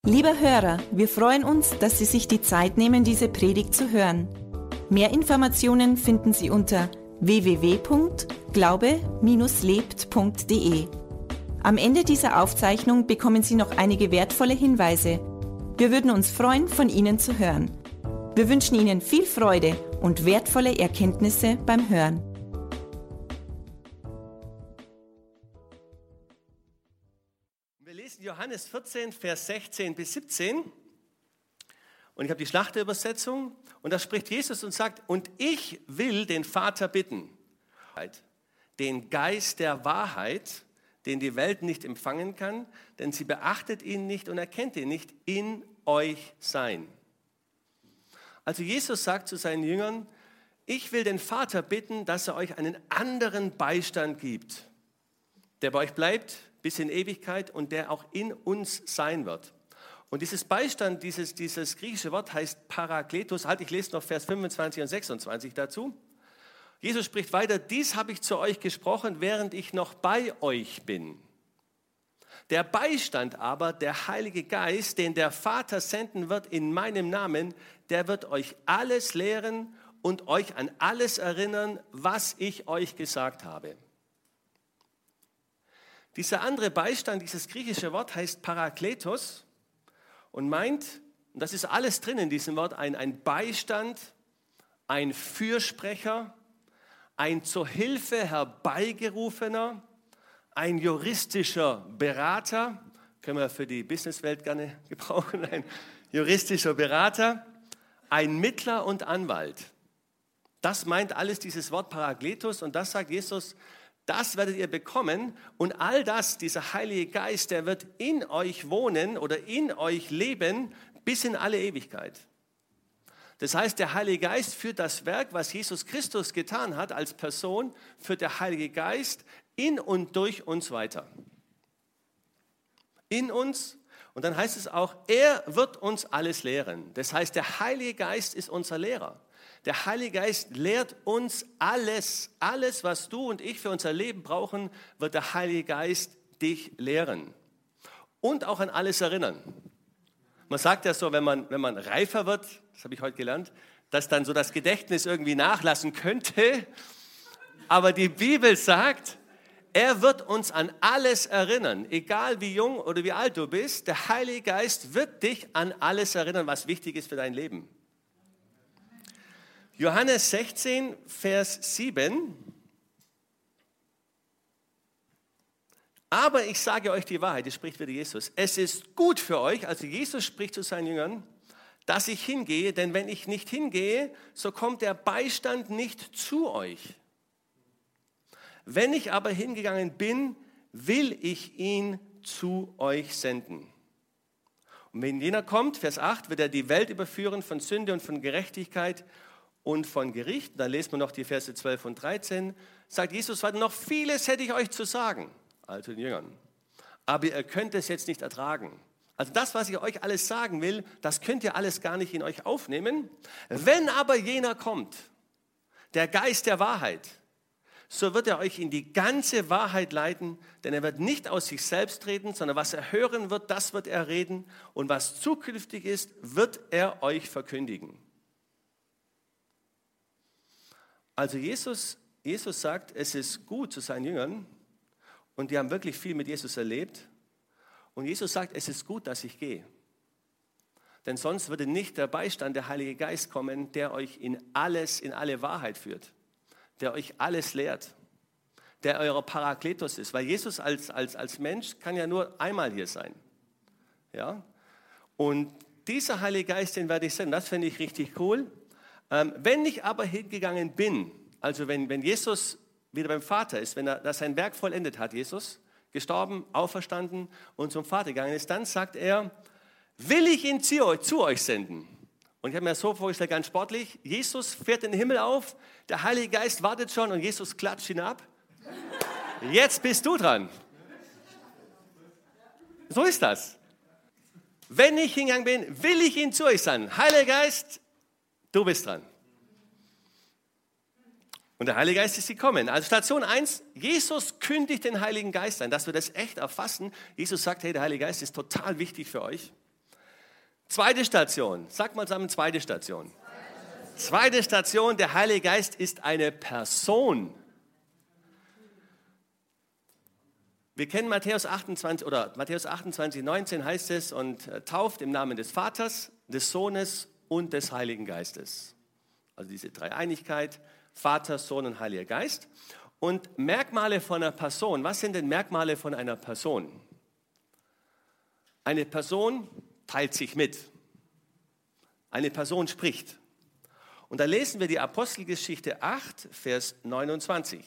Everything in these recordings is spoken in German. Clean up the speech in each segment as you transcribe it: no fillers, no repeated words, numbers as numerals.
Lieber Hörer, wir freuen uns, dass Sie sich die Zeit nehmen, diese Predigt zu hören. Mehr Informationen finden Sie unter www.glaube-lebt.de. Am Ende dieser Aufzeichnung bekommen Sie noch einige wertvolle Hinweise. Wir würden uns freuen, von Ihnen zu hören. Wir wünschen Ihnen viel Freude und wertvolle Erkenntnisse beim Hören. Wir lesen Johannes 14, Vers 16 bis 17 und ich habe die Schlachterübersetzung und da spricht Jesus und sagt, und ich will den Vater bitten, den Geist der Wahrheit, den die Welt nicht empfangen kann, denn sie beachtet ihn nicht und erkennt ihn nicht, in euch sein. Also Jesus sagt zu seinen Jüngern, ich will den Vater bitten, dass er euch einen anderen Beistand gibt, der bei euch bleibt bis in Ewigkeit und der auch in uns sein wird. Und dieses Beistand, dieses griechische Wort heißt Parakletos. Ich lese noch Vers 25 und 26 dazu. Jesus spricht weiter, dies habe ich zu euch gesprochen, während ich noch bei euch bin. Der Beistand aber, der Heilige Geist, den der Vater senden wird in meinem Namen, der wird euch alles lehren und euch an alles erinnern, was ich euch gesagt habe. Dieser andere Beistand, dieses griechische Wort heißt Parakletos und meint, und das ist alles drin in diesem Wort, ein Beistand, ein Fürsprecher, ein zur Hilfe herbeigerufener, ein juristischer Berater, können wir für die Businesswelt gerne gebrauchen, ein juristischer Berater, ein Mittler und Anwalt. Das meint alles dieses Wort Parakletos und das sagt Jesus, das werdet ihr bekommen und all das, dieser Heilige Geist, der wird in euch wohnen oder in euch leben bis in alle Ewigkeit. Das heißt, der Heilige Geist führt das Werk, was Jesus Christus getan hat als Person, führt der Heilige Geist in und durch uns weiter. In uns und dann heißt es auch, er wird uns alles lehren. Das heißt, der Heilige Geist ist unser Lehrer. Der Heilige Geist lehrt uns alles, was du und ich für unser Leben brauchen, wird der Heilige Geist dich lehren und auch an alles erinnern. Man sagt ja so, wenn man reifer wird, das habe ich heute gelernt, dass dann so das Gedächtnis irgendwie nachlassen könnte, aber die Bibel sagt, er wird uns an alles erinnern, egal wie jung oder wie alt du bist, der Heilige Geist wird dich an alles erinnern, was wichtig ist für dein Leben. Johannes 16, Vers 7. Aber ich sage euch die Wahrheit, das spricht wieder Jesus. Es ist gut für euch, also Jesus spricht zu seinen Jüngern, dass ich hingehe, denn wenn ich nicht hingehe, so kommt der Beistand nicht zu euch. Wenn ich aber hingegangen bin, will ich ihn zu euch senden. Und wenn jener kommt, Vers 8, wird er die Welt überführen von Sünde und von Gerechtigkeit und von Gericht. Da lesen wir noch die Verse 12 und 13. Sagt Jesus, noch vieles hätte ich euch zu sagen, also den Jüngern. Aber ihr könnt es jetzt nicht ertragen. Also das, was ich euch alles sagen will, das könnt ihr alles gar nicht in euch aufnehmen. Wenn aber jener kommt, der Geist der Wahrheit, so wird er euch in die ganze Wahrheit leiten, denn er wird nicht aus sich selbst reden, sondern was er hören wird, das wird er reden und was zukünftig ist, wird er euch verkündigen. Also Jesus sagt, es ist gut zu seinen Jüngern und die haben wirklich viel mit Jesus erlebt. Und Jesus sagt, es ist gut, dass ich gehe. Denn sonst würde nicht der Beistand, der Heilige Geist kommen, der euch in alle Wahrheit führt, der euch alles lehrt, der euer Parakletos ist. Weil Jesus als Mensch kann ja nur einmal hier sein. Ja? Und dieser Heilige Geist, den werde ich senden, das finde ich richtig cool. Wenn ich aber hingegangen bin, also wenn Jesus wieder beim Vater ist, wenn er sein Werk vollendet hat, Jesus, gestorben, auferstanden und zum Vater gegangen ist, dann sagt er, will ich ihn zu euch senden. Und ich habe mir das so vorgestellt, ganz sportlich, Jesus fährt in den Himmel auf, der Heilige Geist wartet schon und Jesus klatscht ihn ab. Jetzt bist du dran. So ist das. Wenn ich hingegangen bin, will ich ihn zu euch senden. Heiliger Geist, du bist dran. Und der Heilige Geist ist gekommen. Also Station 1, Jesus kündigt den Heiligen Geist an, dass wir das echt erfassen. Jesus sagt, hey, der Heilige Geist ist total wichtig für euch. Zweite Station. Sag mal zusammen, zweite Station. Zweite Station, der Heilige Geist ist eine Person. Wir kennen Matthäus 28, 19 heißt es, und tauft im Namen des Vaters, des Sohnes und des Heiligen Geistes. Also diese Dreieinigkeit, Vater, Sohn und Heiliger Geist. Und Merkmale von einer Person, was sind denn Merkmale von einer Person? Eine Person teilt sich mit. Eine Person spricht. Und da lesen wir die Apostelgeschichte 8, Vers 29.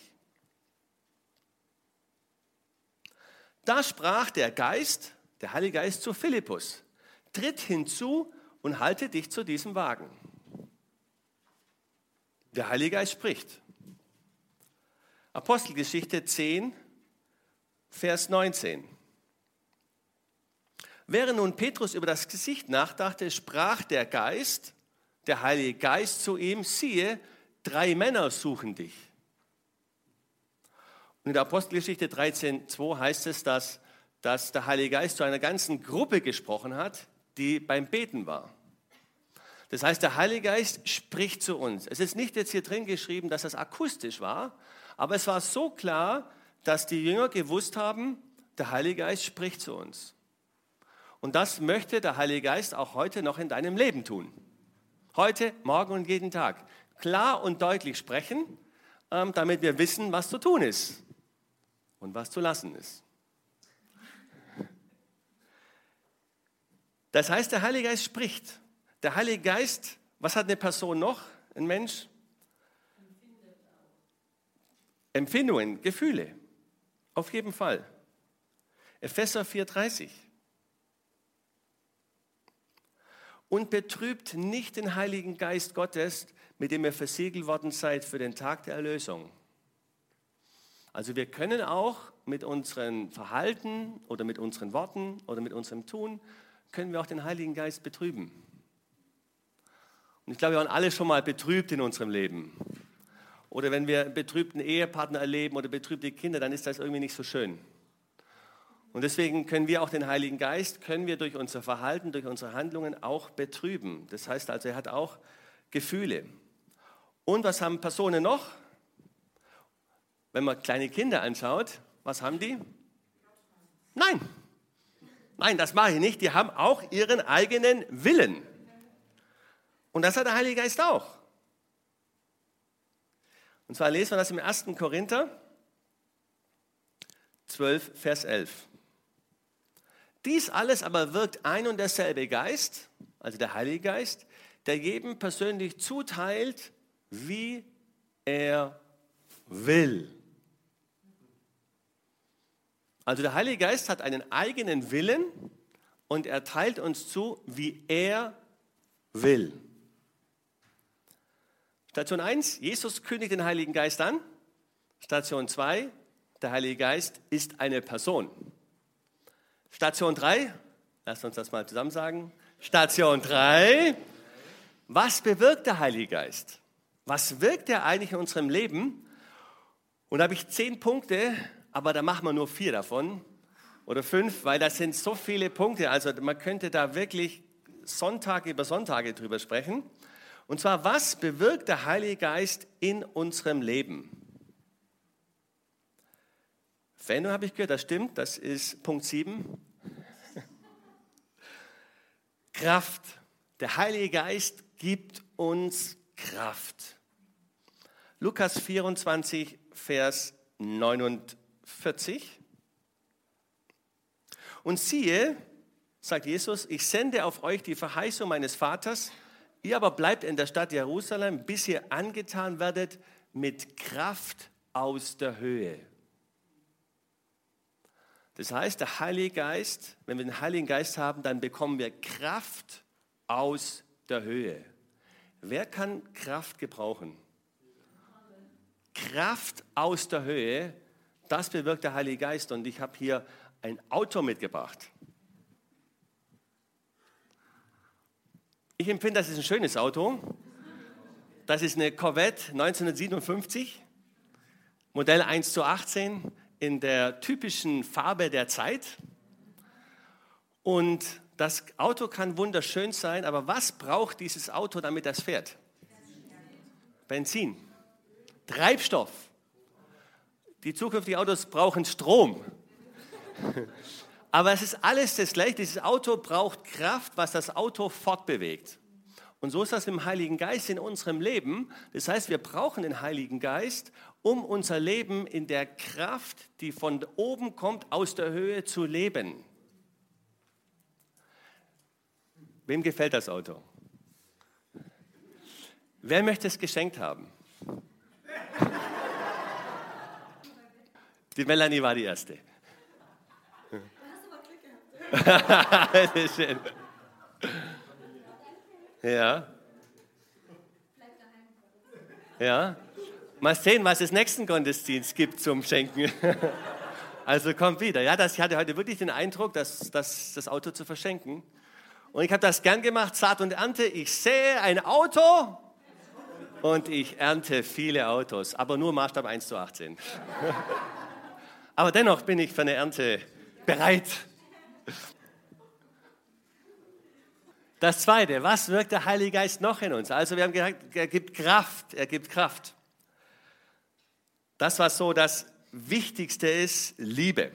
Da sprach der Geist, der Heilige Geist zu Philippus, tritt hinzu und halte dich zu diesem Wagen. Der Heilige Geist spricht. Apostelgeschichte 10, Vers 19. Während nun Petrus über das Gesicht nachdachte, sprach der Geist, der Heilige Geist zu ihm, siehe, 3 Männer suchen dich. Und in der Apostelgeschichte 13,2 heißt es, dass der Heilige Geist zu einer ganzen Gruppe gesprochen hat, die beim Beten war. Das heißt, der Heilige Geist spricht zu uns. Es ist nicht jetzt hier drin geschrieben, dass das akustisch war, aber es war so klar, dass die Jünger gewusst haben, der Heilige Geist spricht zu uns. Und das möchte der Heilige Geist auch heute noch in deinem Leben tun. Heute, morgen und jeden Tag. Klar und deutlich sprechen, damit wir wissen, was zu tun ist und was zu lassen ist. Das heißt, der Heilige Geist spricht. Der Heilige Geist, was hat eine Person noch, ein Mensch? Empfindungen, Gefühle, auf jeden Fall. Epheser 4,30. Und betrübt nicht den Heiligen Geist Gottes, mit dem ihr versiegelt worden seid für den Tag der Erlösung. Also wir können auch mit unserem Verhalten oder mit unseren Worten oder mit unserem Tun, können wir auch den Heiligen Geist betrüben. Und ich glaube, wir waren alle schon mal betrübt in unserem Leben. Oder wenn wir einen betrübten Ehepartner erleben oder betrübte Kinder, dann ist das irgendwie nicht so schön. Und deswegen können wir auch den Heiligen Geist, können wir durch unser Verhalten, durch unsere Handlungen auch betrüben. Das heißt also, er hat auch Gefühle. Und was haben Personen noch? Wenn man kleine Kinder anschaut, was haben die? Nein, das mache ich nicht. Die haben auch ihren eigenen Willen. Und das hat der Heilige Geist auch. Und zwar lesen wir das im 1. Korinther 12, Vers 11. Dies alles aber wirkt ein und derselbe Geist, also der Heilige Geist, der jedem persönlich zuteilt, wie er will. Also der Heilige Geist hat einen eigenen Willen und er teilt uns zu, wie er will. Station 1, Jesus kündigt den Heiligen Geist an. Station 2, der Heilige Geist ist eine Person. Station 3, lasst uns das mal zusammen sagen. Station 3, was bewirkt der Heilige Geist? Was wirkt er eigentlich in unserem Leben? Und da habe ich 10 Punkte, aber da machen wir nur 4 davon oder 5, weil das sind so viele Punkte. Also man könnte da wirklich Sonntage über Sonntage drüber sprechen. Und zwar, was bewirkt der Heilige Geist in unserem Leben? Veränderung habe ich gehört, das stimmt, das ist Punkt 7. Kraft. Der Heilige Geist gibt uns Kraft. Lukas 24, Vers 49. Und siehe, sagt Jesus, ich sende auf euch die Verheißung meines Vaters, ihr aber bleibt in der Stadt Jerusalem, bis ihr angetan werdet mit Kraft aus der Höhe. Das heißt, der Heilige Geist, wenn wir den Heiligen Geist haben, dann bekommen wir Kraft aus der Höhe. Wer kann Kraft gebrauchen? Kraft aus der Höhe, das bewirkt der Heilige Geist. Und ich habe hier ein Auto mitgebracht. Ich empfinde, das ist ein schönes Auto. Das ist eine Corvette 1957, Modell 1:18, in der typischen Farbe der Zeit. Und das Auto kann wunderschön sein, aber was braucht dieses Auto, damit das fährt? Benzin, Treibstoff. Die zukünftigen Autos brauchen Strom. Aber es ist alles das Gleiche. Dieses Auto braucht Kraft, was das Auto fortbewegt. Und so ist das im Heiligen Geist in unserem Leben. Das heißt, wir brauchen den Heiligen Geist, um unser Leben in der Kraft, die von oben kommt, aus der Höhe zu leben. Wem gefällt das Auto? Wer möchte es geschenkt haben? Die Melanie war die Erste. Das ist schön. Ja. Ja. Mal sehen, was es nächsten Gottesdienst gibt zum Schenken. Also kommt wieder. Ja, ich hatte heute wirklich den Eindruck, das Auto zu verschenken. Und ich habe das gern gemacht, Saat und Ernte. Ich sähe ein Auto und ich ernte viele Autos, aber nur Maßstab 1:18. Aber dennoch bin ich für eine Ernte bereit. Das Zweite, was wirkt der Heilige Geist noch in uns? Also wir haben gesagt, er gibt Kraft. Das, was so das Wichtigste ist, Liebe.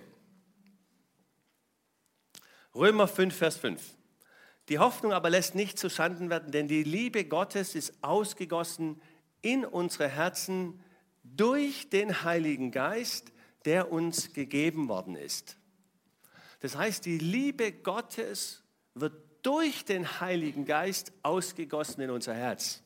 Römer 5, Vers 5. Die Hoffnung aber lässt nicht zuschanden werden, denn die Liebe Gottes ist ausgegossen in unsere Herzen durch den Heiligen Geist, der uns gegeben worden ist. Das heißt, die Liebe Gottes wird durch den Heiligen Geist ausgegossen in unser Herz.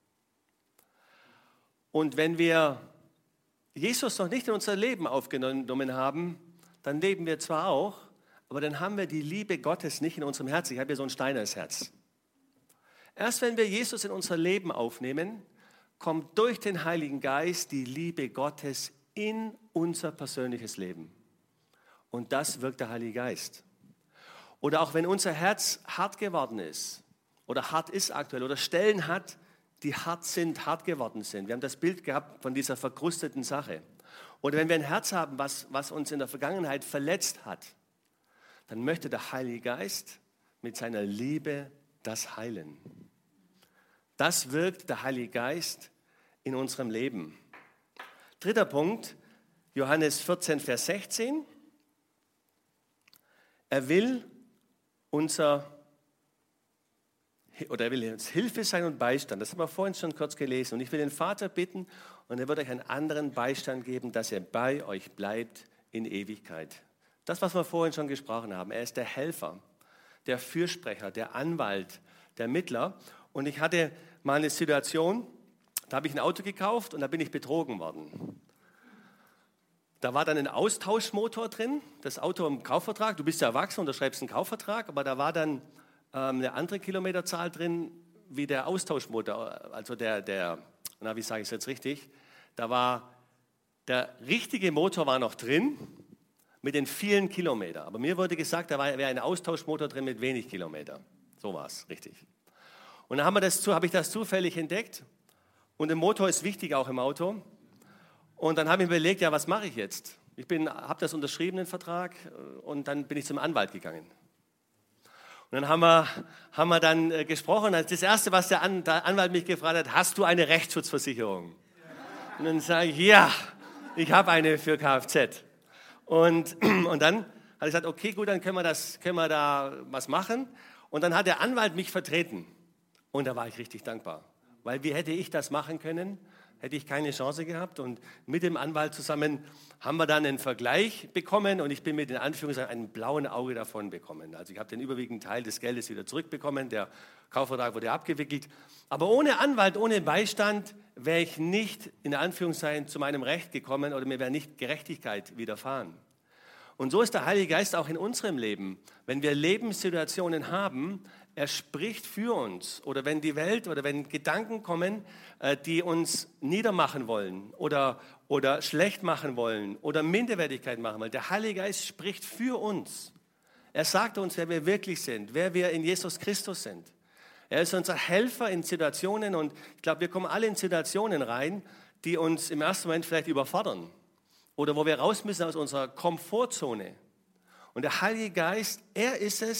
Und wenn wir Jesus noch nicht in unser Leben aufgenommen haben, dann leben wir zwar auch, aber dann haben wir die Liebe Gottes nicht in unserem Herzen. Ich habe hier so ein steinernes Herz. Erst wenn wir Jesus in unser Leben aufnehmen, kommt durch den Heiligen Geist die Liebe Gottes in unser persönliches Leben. Und das wirkt der Heilige Geist. Oder auch wenn unser Herz hart geworden ist oder hart ist aktuell oder Stellen hat, die hart geworden sind. Wir haben das Bild gehabt von dieser verkrusteten Sache. Oder wenn wir ein Herz haben, was uns in der Vergangenheit verletzt hat, dann möchte der Heilige Geist mit seiner Liebe das heilen. Das wirkt der Heilige Geist in unserem Leben. Dritter Punkt, Johannes 14, Vers 16. Er will uns Hilfe sein und Beistand. Das haben wir vorhin schon kurz gelesen. Und ich will den Vater bitten und er wird euch einen anderen Beistand geben, dass er bei euch bleibt in Ewigkeit. Das, was wir vorhin schon gesprochen haben. Er ist der Helfer, der Fürsprecher, der Anwalt, der Mittler. Und ich hatte mal eine Situation, da habe ich ein Auto gekauft und da bin ich betrogen worden. Da war dann ein Austauschmotor drin, das Auto im Kaufvertrag. Du bist ja erwachsen, unterschreibst einen Kaufvertrag, aber da war dann eine andere Kilometerzahl drin wie der Austauschmotor. Also wie sage ich es jetzt richtig? Da war der richtige Motor war noch drin mit den vielen Kilometern. Aber mir wurde gesagt, da wäre ein Austauschmotor drin mit wenig Kilometern. So war es, richtig. Und dann habe ich das zufällig entdeckt. Und der Motor ist wichtig auch im Auto. Und dann habe ich mir überlegt, ja, was mache ich jetzt? Ich habe das unterschrieben, den Vertrag, und dann bin ich zum Anwalt gegangen. Und dann haben wir dann gesprochen. Das Erste, was der Anwalt mich gefragt hat, hast du eine Rechtsschutzversicherung? Und dann sage ich, ja, ich habe eine für Kfz. Und dann hat er gesagt, okay, gut, dann können wir da was machen. Und dann hat der Anwalt mich vertreten. Und da war ich richtig dankbar. Weil wie hätte ich das machen können? Hätte ich keine Chance gehabt. Und mit dem Anwalt zusammen haben wir dann einen Vergleich bekommen und ich bin mit in Anführungszeichen einem blauen Auge davon bekommen. Also ich habe den überwiegenden Teil des Geldes wieder zurückbekommen, der Kaufvertrag wurde abgewickelt. Aber ohne Anwalt, ohne Beistand wäre ich nicht in Anführungszeichen zu meinem Recht gekommen oder mir wäre nicht Gerechtigkeit widerfahren. Und so ist der Heilige Geist auch in unserem Leben. Wenn wir Lebenssituationen haben, er spricht für uns. Oder wenn die Welt oder wenn Gedanken kommen, die uns niedermachen wollen oder schlecht machen wollen oder Minderwertigkeit machen wollen. Der Heilige Geist spricht für uns. Er sagt uns, wer wir wirklich sind, wer wir in Jesus Christus sind. Er ist unser Helfer in Situationen und ich glaube, wir kommen alle in Situationen rein, die uns im ersten Moment vielleicht überfordern oder wo wir raus müssen aus unserer Komfortzone. Und der Heilige Geist, er ist es,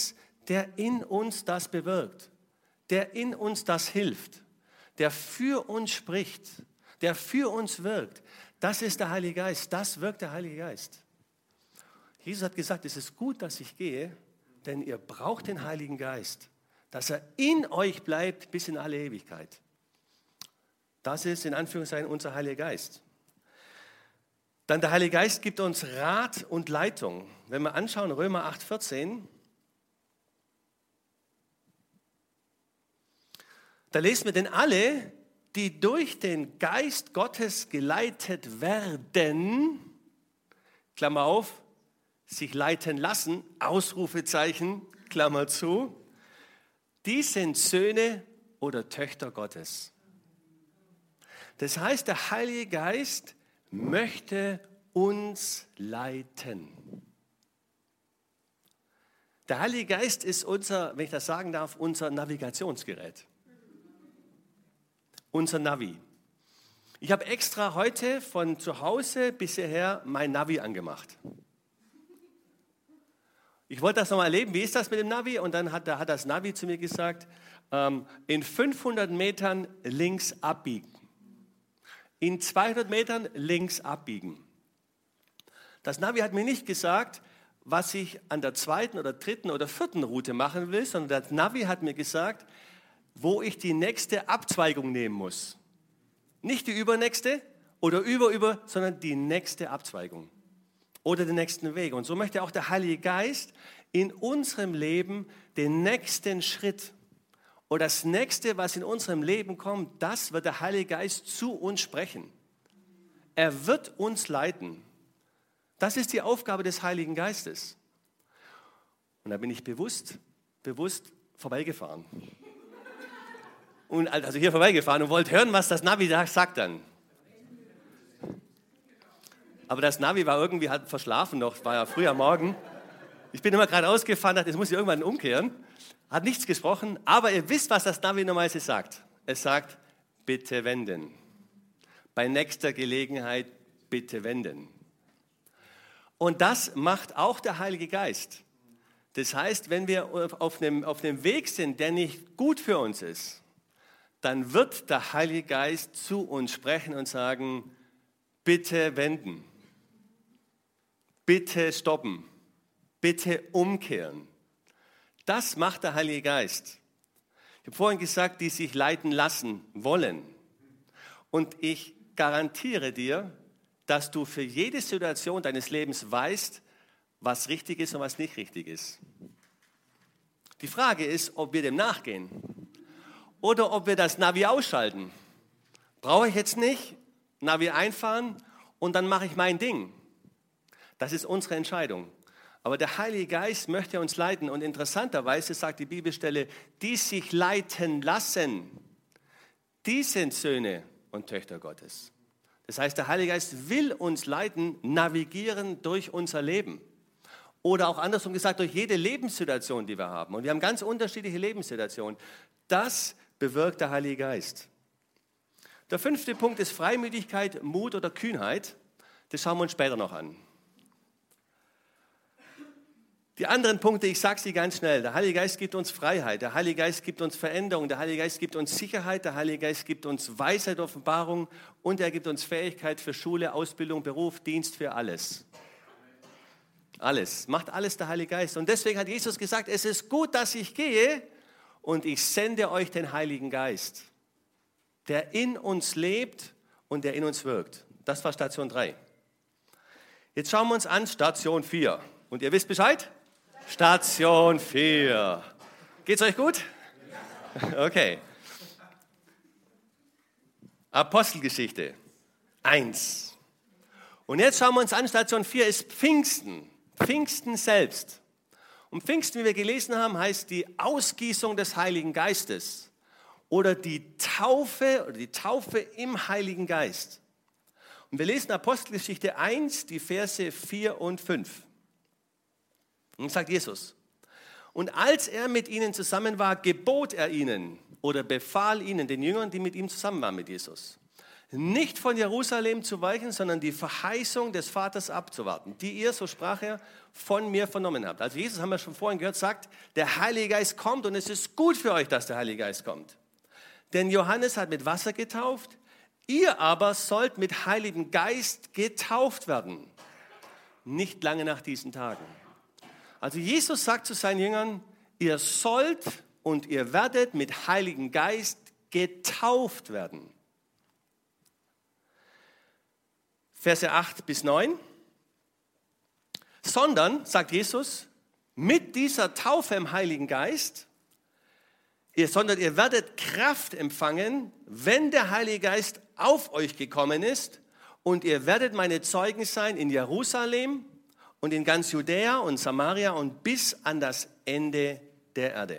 der in uns das bewirkt, der in uns das hilft, der für uns spricht, der für uns wirkt. Das ist der Heilige Geist, das wirkt der Heilige Geist. Jesus hat gesagt, es ist gut, dass ich gehe, denn ihr braucht den Heiligen Geist, dass er in euch bleibt bis in alle Ewigkeit. Das ist in Anführungszeichen unser Heiliger Geist. Dann der Heilige Geist gibt uns Rat und Leitung. Wenn wir anschauen, Römer 8,14, da lesen wir, denn alle, die durch den Geist Gottes geleitet werden, Klammer auf, sich leiten lassen, Ausrufezeichen, Klammer zu, die sind Söhne oder Töchter Gottes. Das heißt, der Heilige Geist möchte uns leiten. Der Heilige Geist ist unser, wenn ich das sagen darf, unser Navigationsgerät. Unser Navi. Ich habe extra heute von zu Hause bis hierher mein Navi angemacht. Ich wollte das nochmal erleben, wie ist das mit dem Navi? Und dann hat das Navi zu mir gesagt, in 500 Metern links abbiegen. In 200 Metern links abbiegen. Das Navi hat mir nicht gesagt, was ich an der zweiten oder dritten oder vierten Route machen will, sondern das Navi hat mir gesagt, wo ich die nächste Abzweigung nehmen muss. Nicht die übernächste oder sondern die nächste Abzweigung oder den nächsten Weg. Und so möchte auch der Heilige Geist in unserem Leben den nächsten Schritt oder das Nächste, was in unserem Leben kommt, das wird der Heilige Geist zu uns sprechen. Er wird uns leiten. Das ist die Aufgabe des Heiligen Geistes. Und da bin ich bewusst vorbeigefahren. Also hier vorbeigefahren und wollte hören, was das Navi da sagt dann. Aber das Navi war irgendwie halt verschlafen noch, war ja früh am Morgen. Ich bin immer gerade ausgefahren, dachte, jetzt muss ich irgendwann umkehren. Hat nichts gesprochen, aber ihr wisst, was das Navi normalerweise sagt. Es sagt, bitte wenden. Bei nächster Gelegenheit bitte wenden. Und das macht auch der Heilige Geist. Das heißt, wenn wir auf einem Weg sind, der nicht gut für uns ist, dann wird der Heilige Geist zu uns sprechen und sagen, bitte wenden, bitte stoppen, bitte umkehren. Das macht der Heilige Geist. Ich habe vorhin gesagt, die sich leiten lassen wollen. Und ich garantiere dir, dass du für jede Situation deines Lebens weißt, was richtig ist und was nicht richtig ist. Die Frage ist, ob wir dem nachgehen oder ob wir das Navi ausschalten. Brauche ich jetzt nicht, Navi einfahren und dann mache ich mein Ding. Das ist unsere Entscheidung. Aber der Heilige Geist möchte uns leiten und interessanterweise sagt die Bibelstelle, die sich leiten lassen, die sind Söhne und Töchter Gottes. Das heißt, der Heilige Geist will uns leiten, navigieren durch unser Leben. Oder auch andersrum gesagt, durch jede Lebenssituation, die wir haben. Und wir haben ganz unterschiedliche Lebenssituationen. Das bewirkt der Heilige Geist. Der 5. Punkt ist Freimütigkeit, Mut oder Kühnheit. Das schauen wir uns später noch an. Die anderen Punkte, ich sage sie ganz schnell. Der Heilige Geist gibt uns Freiheit, der Heilige Geist gibt uns Veränderung, der Heilige Geist gibt uns Sicherheit, der Heilige Geist gibt uns Weisheit, Offenbarung und er gibt uns Fähigkeit für Schule, Ausbildung, Beruf, Dienst, für alles. Alles, macht alles der Heilige Geist. Und deswegen hat Jesus gesagt, es ist gut, dass ich gehe und ich sende euch den Heiligen Geist, der in uns lebt und der in uns wirkt. Das war Station 3. Jetzt schauen wir uns an Station 4. Und ihr wisst Bescheid? Station 4. Geht's euch gut? Okay. Apostelgeschichte 1. Und jetzt schauen wir uns an, Station 4 ist Pfingsten. Pfingsten selbst. Und Pfingsten, wie wir gelesen haben, heißt die Ausgießung des Heiligen Geistes oder die Taufe im Heiligen Geist. Und wir lesen Apostelgeschichte 1, die Verse 4 und 5. Und sagt Jesus, und als er mit ihnen zusammen war, gebot er ihnen oder befahl ihnen, den Jüngern, die mit ihm zusammen waren mit Jesus, nicht von Jerusalem zu weichen, sondern die Verheißung des Vaters abzuwarten, die ihr, so sprach er, von mir vernommen habt. Also Jesus, haben wir schon vorhin gehört, sagt, der Heilige Geist kommt und es ist gut für euch, dass der Heilige Geist kommt. Denn Johannes hat mit Wasser getauft, ihr aber sollt mit Heiligem Geist getauft werden. Nicht lange nach diesen Tagen. Also Jesus sagt zu seinen Jüngern, ihr sollt und ihr werdet mit Heiligem Geist getauft werden. Verse 8 bis 9. Sondern, sagt Jesus, mit dieser Taufe im Heiligen Geist, ihr werdet Kraft empfangen, wenn der Heilige Geist auf euch gekommen ist, und ihr werdet meine Zeugen sein in Jerusalem und in ganz Judäa und Samaria und bis an das Ende der Erde.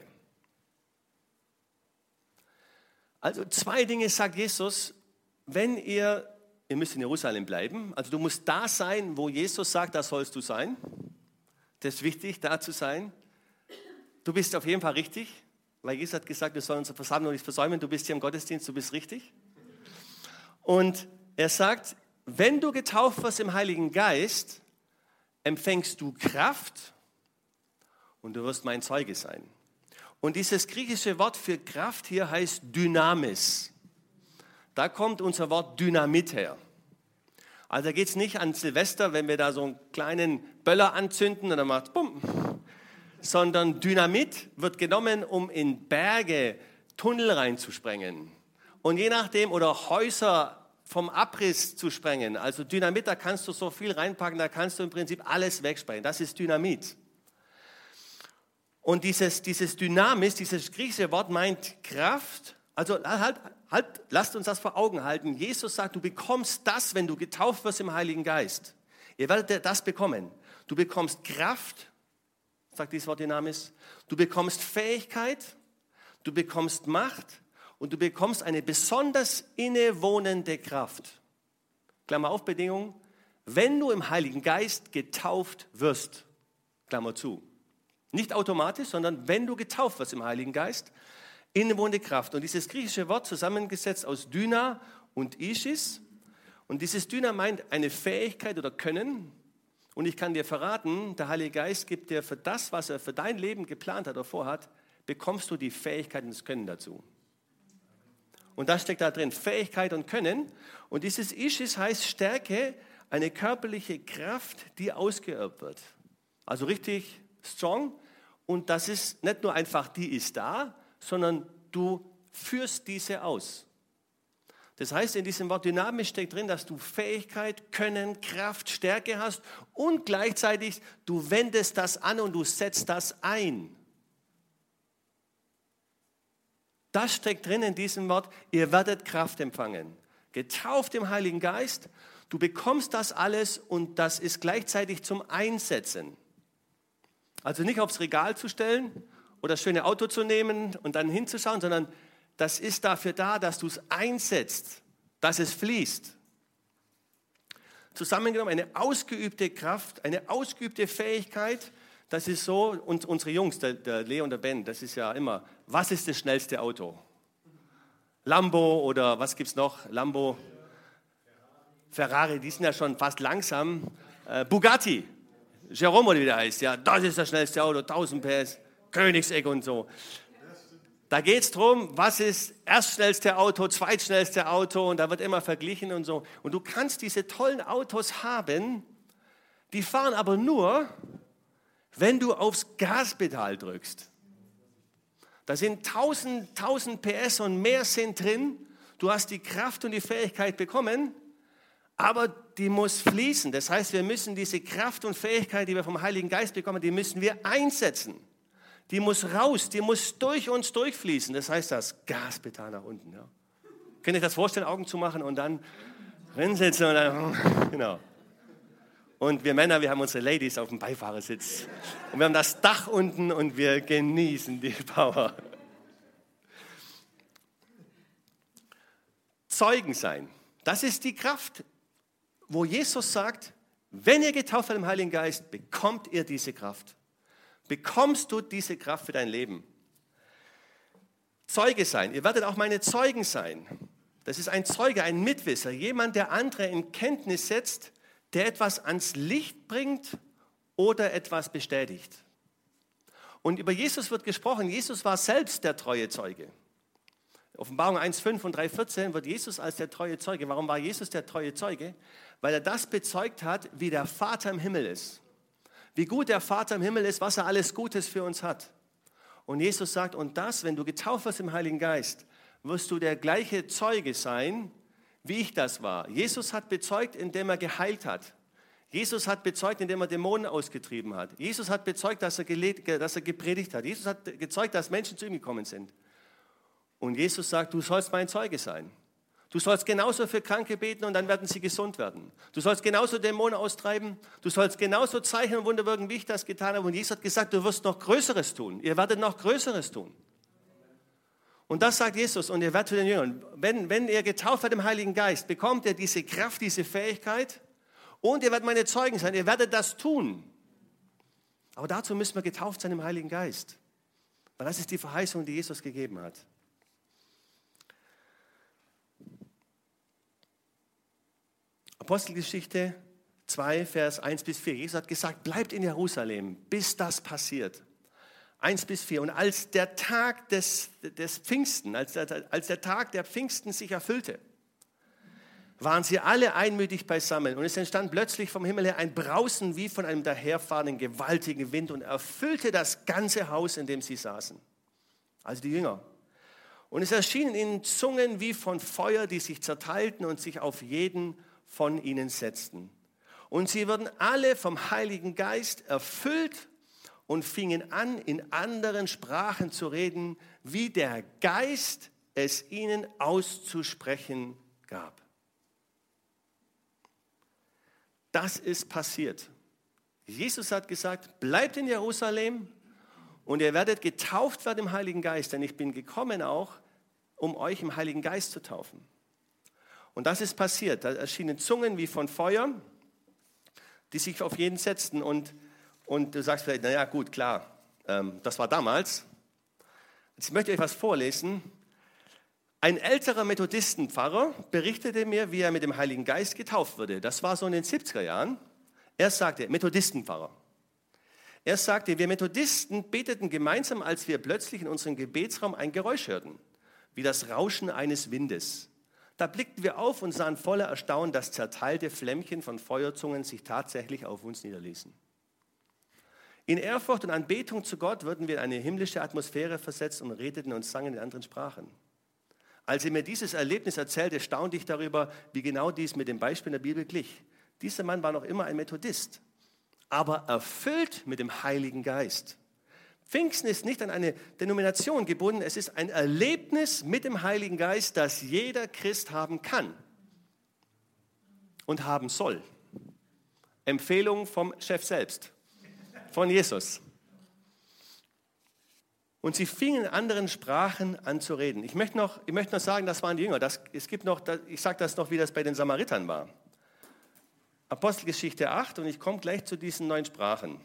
Also 2 Dinge sagt Jesus, wenn ihr müsst in Jerusalem bleiben, also du musst da sein, wo Jesus sagt, da sollst du sein. Das ist wichtig, da zu sein. Du bist auf jeden Fall richtig, weil Jesus hat gesagt, wir sollen unsere Versammlung nicht versäumen, du bist hier im Gottesdienst, du bist richtig. Und er sagt, wenn du getauft wirst im Heiligen Geist, empfängst du Kraft und du wirst mein Zeuge sein. Und dieses griechische Wort für Kraft hier heißt Dynamis. Da kommt unser Wort Dynamit her. Also da geht es nicht an Silvester, wenn wir da so einen kleinen Böller anzünden und dann macht es bumm. Sondern Dynamit wird genommen, um in Berge Tunnel reinzusprengen. Und je nachdem, oder Häuser vom Abriss zu sprengen. Also Dynamit, da kannst du so viel reinpacken, da kannst du im Prinzip alles wegsprengen. Das ist Dynamit. Und dieses Dynamis, dieses griechische Wort meint Kraft. Also lasst uns das vor Augen halten. Jesus sagt, du bekommst das, wenn du getauft wirst im Heiligen Geist. Ihr werdet das bekommen. Du bekommst Kraft, sagt dieses Wort Dynamis. Du bekommst Fähigkeit, du bekommst Macht und du bekommst eine besonders innewohnende Kraft. Klammer auf, Bedingung, wenn du im Heiligen Geist getauft wirst. Klammer zu. Nicht automatisch, sondern wenn du getauft wirst im Heiligen Geist, innewohnende Kraft. Und dieses griechische Wort zusammengesetzt aus Dyna und Ischis. Und dieses Dyna meint eine Fähigkeit oder Können. Und ich kann dir verraten, der Heilige Geist gibt dir für das, was er für dein Leben geplant hat oder vorhat, bekommst du die Fähigkeit und das Können dazu. Und das steckt da drin, Fähigkeit und Können. Und dieses Ischis heißt Stärke, eine körperliche Kraft, die ausgeübt wird. Also richtig strong. Und das ist nicht nur einfach, die ist da, sondern du führst diese aus. Das heißt, in diesem Wort dynamisch steckt drin, dass du Fähigkeit, Können, Kraft, Stärke hast und gleichzeitig du wendest das an und du setzt das ein. Das steckt drin in diesem Wort, ihr werdet Kraft empfangen. Getauft im Heiligen Geist, du bekommst das alles und das ist gleichzeitig zum Einsetzen. Also nicht aufs Regal zu stellen oder das schöne Auto zu nehmen und dann hinzuschauen, sondern das ist dafür da, dass du es einsetzt, dass es fließt. Zusammengenommen eine ausgeübte Kraft, eine ausgeübte Fähigkeit, das ist so, und unsere Jungs, der Leo und der Ben, das ist ja immer, was ist das schnellste Auto? Lambo oder was gibt es noch? Lambo, Ferrari, die sind ja schon fast langsam. Bugatti, Jerome oder wie der heißt, ja, das ist das schnellste Auto, 1000 PS, Königseck und so. Da geht es darum, was ist erstschnellste Auto, zweitschnellste Auto und da wird immer verglichen und so. Und du kannst diese tollen Autos haben, die fahren aber nur, wenn du aufs Gaspedal drückst. Da sind 1000 PS und mehr sind drin. Du hast die Kraft und die Fähigkeit bekommen, aber die muss fließen. Das heißt, wir müssen diese Kraft und Fähigkeit, die wir vom Heiligen Geist bekommen, die müssen wir einsetzen. Die muss raus, die muss durch uns durchfließen. Das heißt, das Gaspedal nach unten. Ja. Könnt ihr euch das vorstellen, Augen zu machen und dann hinsetzen und dann, genau. Und wir Männer, wir haben unsere Ladies auf dem Beifahrersitz. Und wir haben das Dach unten und wir genießen die Power. Zeugen sein. Das ist die Kraft, wo Jesus sagt, wenn ihr getauft werdet im Heiligen Geist, bekommt ihr diese Kraft. Bekommst du diese Kraft für dein Leben. Zeuge sein. Ihr werdet auch meine Zeugen sein. Das ist ein Zeuge, ein Mitwisser, jemand, der andere in Kenntnis setzt, der etwas ans Licht bringt oder etwas bestätigt. Und über Jesus wird gesprochen, Jesus war selbst der treue Zeuge. Offenbarung 1,5 und 3,14 wird Jesus als der treue Zeuge. Warum war Jesus der treue Zeuge? Weil er das bezeugt hat, wie der Vater im Himmel ist. Wie gut der Vater im Himmel ist, was er alles Gutes für uns hat. Und Jesus sagt, und das, wenn du getauft wirst im Heiligen Geist, wirst du der gleiche Zeuge sein, wie ich das war. Jesus hat bezeugt, indem er geheilt hat. Jesus hat bezeugt, indem er Dämonen ausgetrieben hat. Jesus hat bezeugt, dass er gepredigt hat. Jesus hat gezeugt, dass Menschen zu ihm gekommen sind. Und Jesus sagt, du sollst mein Zeuge sein. Du sollst genauso für Kranke beten und dann werden sie gesund werden. Du sollst genauso Dämonen austreiben. Du sollst genauso Zeichen und Wunder wirken, wie ich das getan habe. Und Jesus hat gesagt, du wirst noch Größeres tun. Ihr werdet noch Größeres tun. Und das sagt Jesus und ihr werdet zu den Jüngern. Wenn ihr getauft werdet im Heiligen Geist, bekommt ihr diese Kraft, diese Fähigkeit und ihr werdet meine Zeugen sein. Ihr werdet das tun. Aber dazu müssen wir getauft sein im Heiligen Geist. Weil das ist die Verheißung, die Jesus gegeben hat. Apostelgeschichte 2, Vers 1 bis 4. Jesus hat gesagt, bleibt in Jerusalem, bis das passiert. 1 bis 4. Und als der Tag des Pfingsten, als der Tag der Pfingsten sich erfüllte, waren sie alle einmütig beisammen. Und es entstand plötzlich vom Himmel her ein Brausen wie von einem daherfahrenden gewaltigen Wind und erfüllte das ganze Haus, in dem sie saßen. Also die Jünger. Und es erschienen ihnen Zungen wie von Feuer, die sich zerteilten und sich auf jeden von ihnen setzten. Und sie wurden alle vom Heiligen Geist erfüllt und fingen an, in anderen Sprachen zu reden, wie der Geist es ihnen auszusprechen gab. Das ist passiert. Jesus hat gesagt, bleibt in Jerusalem und ihr werdet getauft werden im Heiligen Geist, denn ich bin gekommen auch, um euch im Heiligen Geist zu taufen. Und das ist passiert. Da erschienen Zungen wie von Feuer, die sich auf jeden setzten. Und du sagst vielleicht, naja gut, klar, das war damals. Jetzt möchte ich euch was vorlesen. Ein älterer Methodistenpfarrer berichtete mir, wie er mit dem Heiligen Geist getauft wurde. Das war so in den 70er Jahren. Er sagte, Methodistenpfarrer. Er sagte, wir Methodisten beteten gemeinsam, als wir plötzlich in unserem Gebetsraum ein Geräusch hörten, wie das Rauschen eines Windes. Da blickten wir auf und sahen voller Erstaunen, dass zerteilte Flämmchen von Feuerzungen sich tatsächlich auf uns niederließen. In Ehrfurcht und Anbetung zu Gott wurden wir in eine himmlische Atmosphäre versetzt und redeten und sangen in anderen Sprachen. Als er mir dieses Erlebnis erzählte, staunte ich darüber, wie genau dies mit dem Beispiel in der Bibel glich. Dieser Mann war noch immer ein Methodist, aber erfüllt mit dem Heiligen Geist. Pfingsten ist nicht an eine Denomination gebunden, es ist ein Erlebnis mit dem Heiligen Geist, das jeder Christ haben kann und haben soll. Empfehlung vom Chef selbst, von Jesus. Und sie fingen in anderen Sprachen an zu reden. Ich möchte noch sagen, das waren die Jünger. Ich sage das noch, wie das bei den Samaritern war. Apostelgeschichte 8 und ich komme gleich zu diesen 9 Sprachen.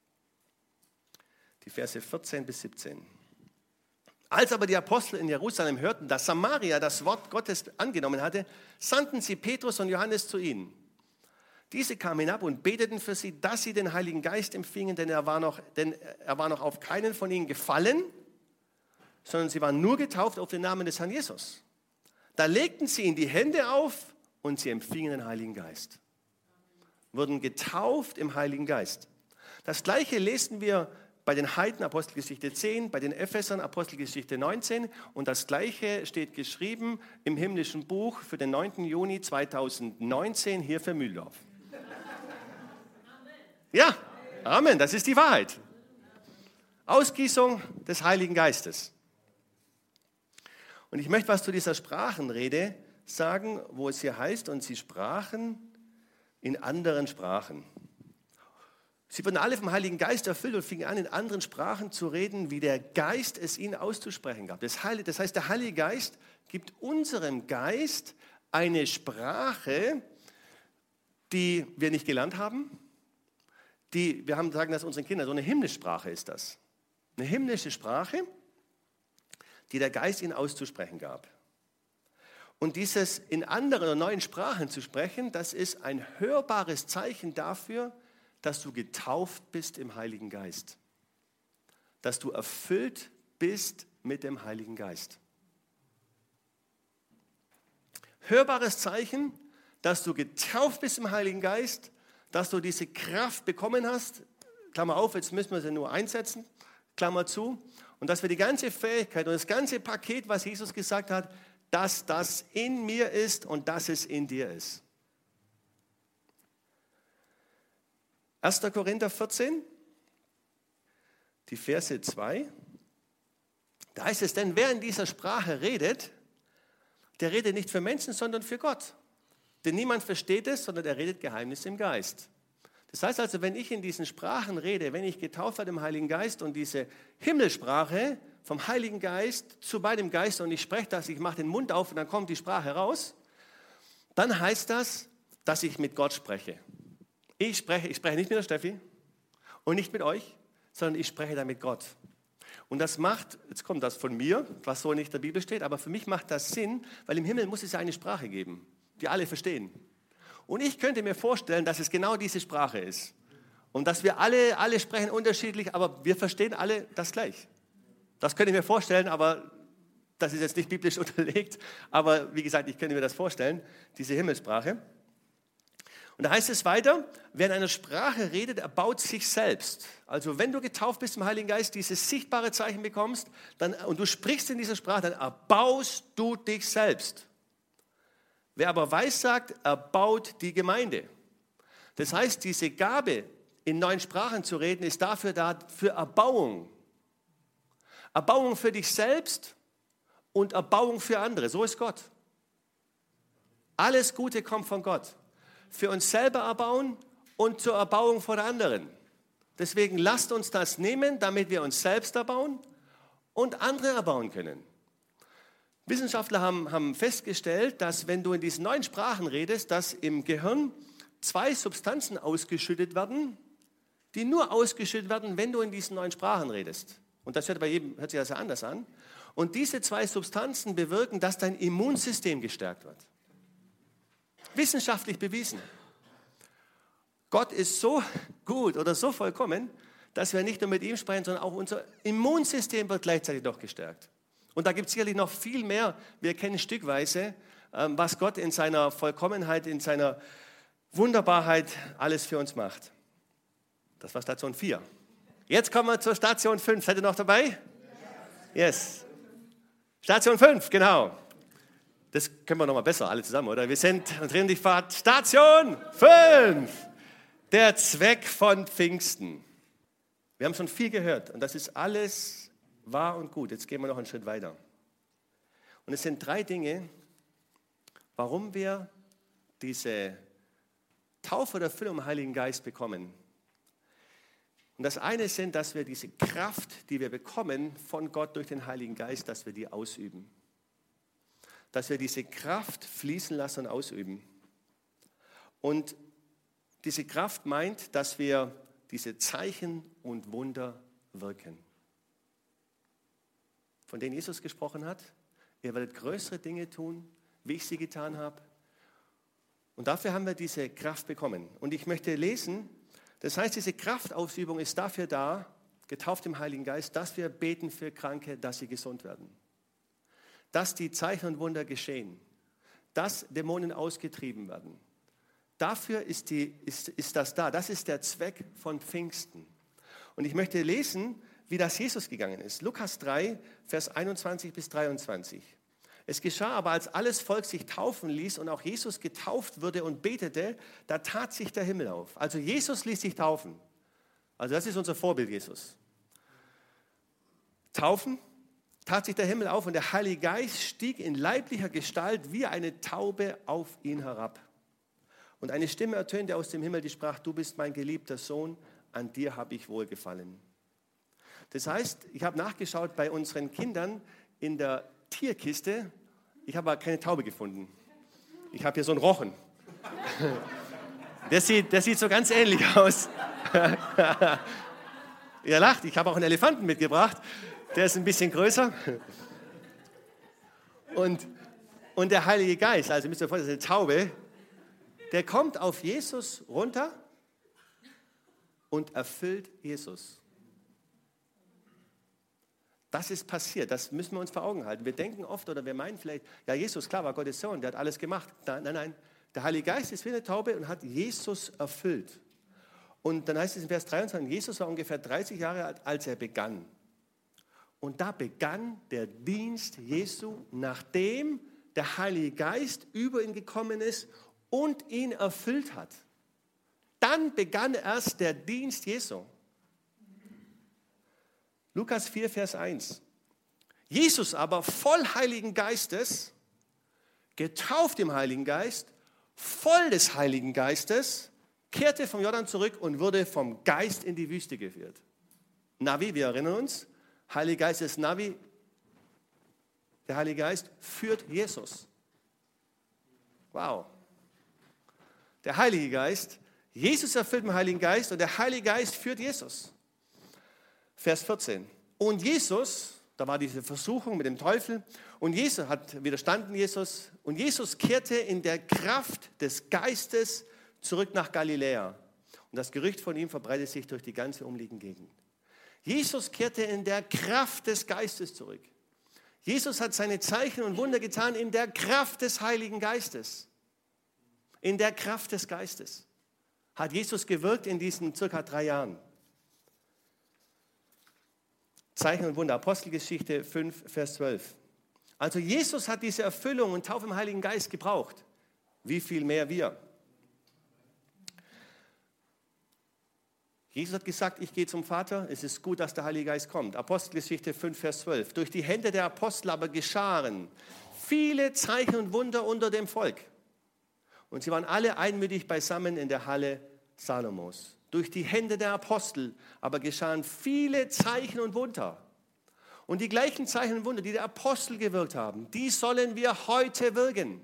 Die Verse 14 bis 17. Als aber die Apostel in Jerusalem hörten, dass Samaria das Wort Gottes angenommen hatte, sandten sie Petrus und Johannes zu ihnen. Diese kamen hinab und beteten für sie, dass sie den Heiligen Geist empfingen, denn er war noch auf keinen von ihnen gefallen, sondern sie waren nur getauft auf den Namen des Herrn Jesus. Da legten sie ihnen die Hände auf und sie empfingen den Heiligen Geist. Wurden getauft im Heiligen Geist. Das Gleiche lesen wir bei den Heiden, Apostelgeschichte 10, bei den Ephesern, Apostelgeschichte 19 und das Gleiche steht geschrieben im himmlischen Buch für den 9. Juni 2019 hier für Mühldorf. Ja, Amen, das ist die Wahrheit. Ausgießung des Heiligen Geistes. Und ich möchte was zu dieser Sprachenrede sagen, wo es hier heißt, und sie sprachen in anderen Sprachen. Sie wurden alle vom Heiligen Geist erfüllt und fingen an, in anderen Sprachen zu reden, wie der Geist es ihnen auszusprechen gab. Das heißt, der Heilige Geist gibt unserem Geist eine Sprache, die wir nicht gelernt haben. Sagen das unseren Kindern, so eine Himmelsprache ist das. Eine himmlische Sprache, die der Geist ihnen auszusprechen gab. Und dieses in anderen oder neuen Sprachen zu sprechen, das ist ein hörbares Zeichen dafür, dass du getauft bist im Heiligen Geist. Dass du erfüllt bist mit dem Heiligen Geist. Hörbares Zeichen, dass du getauft bist im Heiligen Geist, dass du diese Kraft bekommen hast, Klammer auf, jetzt müssen wir sie nur einsetzen, Klammer zu, und dass wir die ganze Fähigkeit und das ganze Paket, was Jesus gesagt hat, dass das in mir ist und dass es in dir ist. 1. Korinther 14, die Verse 2, da heißt es, denn wer in dieser Sprache redet, der redet nicht für Menschen, sondern für Gott. Denn niemand versteht es, sondern er redet Geheimnisse im Geist. Das heißt also, wenn ich in diesen Sprachen rede, wenn ich getauft werde im Heiligen Geist und diese Himmelssprache vom Heiligen Geist zu meinem Geist und ich spreche das, ich mache den Mund auf und dann kommt die Sprache raus, dann heißt das, dass ich mit Gott spreche. Ich spreche nicht mit der Steffi und nicht mit euch, sondern ich spreche da mit Gott. Und das macht, jetzt kommt das von mir, was so nicht in der Bibel steht, aber für mich macht das Sinn, weil im Himmel muss es ja eine Sprache geben, die alle verstehen. Und ich könnte mir vorstellen, dass es genau diese Sprache ist. Und dass wir alle sprechen unterschiedlich, aber wir verstehen alle das gleich. Das könnte ich mir vorstellen, aber das ist jetzt nicht biblisch unterlegt. Aber wie gesagt, ich könnte mir das vorstellen, diese Himmelssprache. Und da heißt es weiter, wer in einer Sprache redet, erbaut sich selbst. Also wenn du getauft bist im Heiligen Geist, dieses sichtbare Zeichen bekommst und du sprichst in dieser Sprache, dann erbaust du dich selbst. Wer aber weissagt, erbaut die Gemeinde. Das heißt, diese Gabe, in neuen Sprachen zu reden, ist dafür da, für Erbauung. Erbauung für dich selbst und Erbauung für andere. So ist Gott. Alles Gute kommt von Gott. Für uns selber erbauen und zur Erbauung von anderen. Deswegen lasst uns das nehmen, damit wir uns selbst erbauen und andere erbauen können. Wissenschaftler haben festgestellt, dass wenn du in diesen neuen Sprachen redest, dass im Gehirn 2 Substanzen ausgeschüttet werden, die nur ausgeschüttet werden, wenn du in diesen neuen Sprachen redest. Und das hört sich ja sehr anders an. Und diese 2 Substanzen bewirken, dass dein Immunsystem gestärkt wird. Wissenschaftlich bewiesen. Gott ist so gut oder so vollkommen, dass wir nicht nur mit ihm sprechen, sondern auch unser Immunsystem wird gleichzeitig noch gestärkt. Und da gibt es sicherlich noch viel mehr. Wir kennen stückweise, was Gott in seiner Vollkommenheit, in seiner Wunderbarkeit alles für uns macht. Das war Station 4. Jetzt kommen wir zur Station 5. Seid ihr noch dabei? Yes. Station 5, genau. Das können wir noch mal besser, alle zusammen, oder? Wir sind drin die Fahrt. Station 5. Der Zweck von Pfingsten. Wir haben schon viel gehört und das ist alles wahr und gut. Jetzt gehen wir noch einen Schritt weiter. Und es sind 3 Dinge, warum wir diese Taufe oder Erfüllung im Heiligen Geist bekommen. Und das eine sind, dass wir diese Kraft, die wir bekommen von Gott durch den Heiligen Geist, dass wir die ausüben. Dass wir diese Kraft fließen lassen und ausüben. Und diese Kraft meint, dass wir diese Zeichen und Wunder wirken. Von denen Jesus gesprochen hat, ihr werdet größere Dinge tun, wie ich sie getan habe. Und dafür haben wir diese Kraft bekommen. Und ich möchte lesen, das heißt, diese Kraftausübung ist dafür da, getauft im Heiligen Geist, dass wir beten für Kranke, dass sie gesund werden. Dass die Zeichen und Wunder geschehen. Dass Dämonen ausgetrieben werden. Dafür ist das da. Das ist der Zweck von Pfingsten. Und ich möchte lesen, wie das Jesus gegangen ist. Lukas 3, Vers 21 bis 23. Es geschah aber, als alles Volk sich taufen ließ und auch Jesus getauft wurde und betete, da tat sich der Himmel auf. Also Jesus ließ sich taufen. Also das ist unser Vorbild, Jesus. Taufen, tat sich der Himmel auf und der Heilige Geist stieg in leiblicher Gestalt wie eine Taube auf ihn herab. Und eine Stimme ertönte aus dem Himmel, die sprach, du bist mein geliebter Sohn, an dir habe ich wohlgefallen. Das heißt, ich habe nachgeschaut bei unseren Kindern in der Tierkiste, ich habe aber keine Taube gefunden. Ich habe hier so einen Rochen. Der sieht so ganz ähnlich aus. Ihr lacht, ich habe auch einen Elefanten mitgebracht, der ist ein bisschen größer. Und Und der Heilige Geist, also müsst ihr euch vorstellen, das ist eine Taube, der kommt auf Jesus runter und erfüllt Jesus. Das ist passiert, das müssen wir uns vor Augen halten. Wir denken oft oder wir meinen vielleicht, ja, Jesus, klar, war Gottes Sohn, der hat alles gemacht. Nein, nein, nein. Der Heilige Geist ist wie eine Taube und hat Jesus erfüllt. Und dann heißt es in Vers 23, Jesus war ungefähr 30 Jahre alt, als er begann. Und da begann der Dienst Jesu, nachdem der Heilige Geist über ihn gekommen ist und ihn erfüllt hat. Dann begann erst der Dienst Jesu. Lukas 4, Vers 1. Jesus aber voll Heiligen Geistes, getauft im Heiligen Geist, voll des Heiligen Geistes, kehrte vom Jordan zurück und wurde vom Geist in die Wüste geführt. Navi, wir erinnern uns, Heiliger Geist ist Navi, der Heilige Geist führt Jesus. Wow. Der Heilige Geist, Jesus erfüllt den Heiligen Geist und der Heilige Geist führt Jesus. Vers 14. Und Jesus, da war diese Versuchung mit dem Teufel, und Jesus hat widerstanden, Jesus, und Jesus kehrte in der Kraft des Geistes zurück nach Galiläa. Und das Gerücht von ihm verbreitete sich durch die ganze umliegende Gegend. Jesus kehrte in der Kraft des Geistes zurück. Jesus hat seine Zeichen und Wunder getan in der Kraft des Heiligen Geistes. In der Kraft des Geistes hat Jesus gewirkt in diesen circa 3 Jahren. Zeichen und Wunder, Apostelgeschichte 5, Vers 12. Also Jesus hat diese Erfüllung und Taufe im Heiligen Geist gebraucht. Wie viel mehr wir? Jesus hat gesagt, ich gehe zum Vater, es ist gut, dass der Heilige Geist kommt. Apostelgeschichte 5, Vers 12. Durch die Hände der Apostel aber geschahen viele Zeichen und Wunder unter dem Volk. Und sie waren alle einmütig beisammen in der Halle Salomos. Durch die Hände der Apostel aber geschahen viele Zeichen und Wunder. Und die gleichen Zeichen und Wunder, die der Apostel gewirkt haben, die sollen wir heute wirken.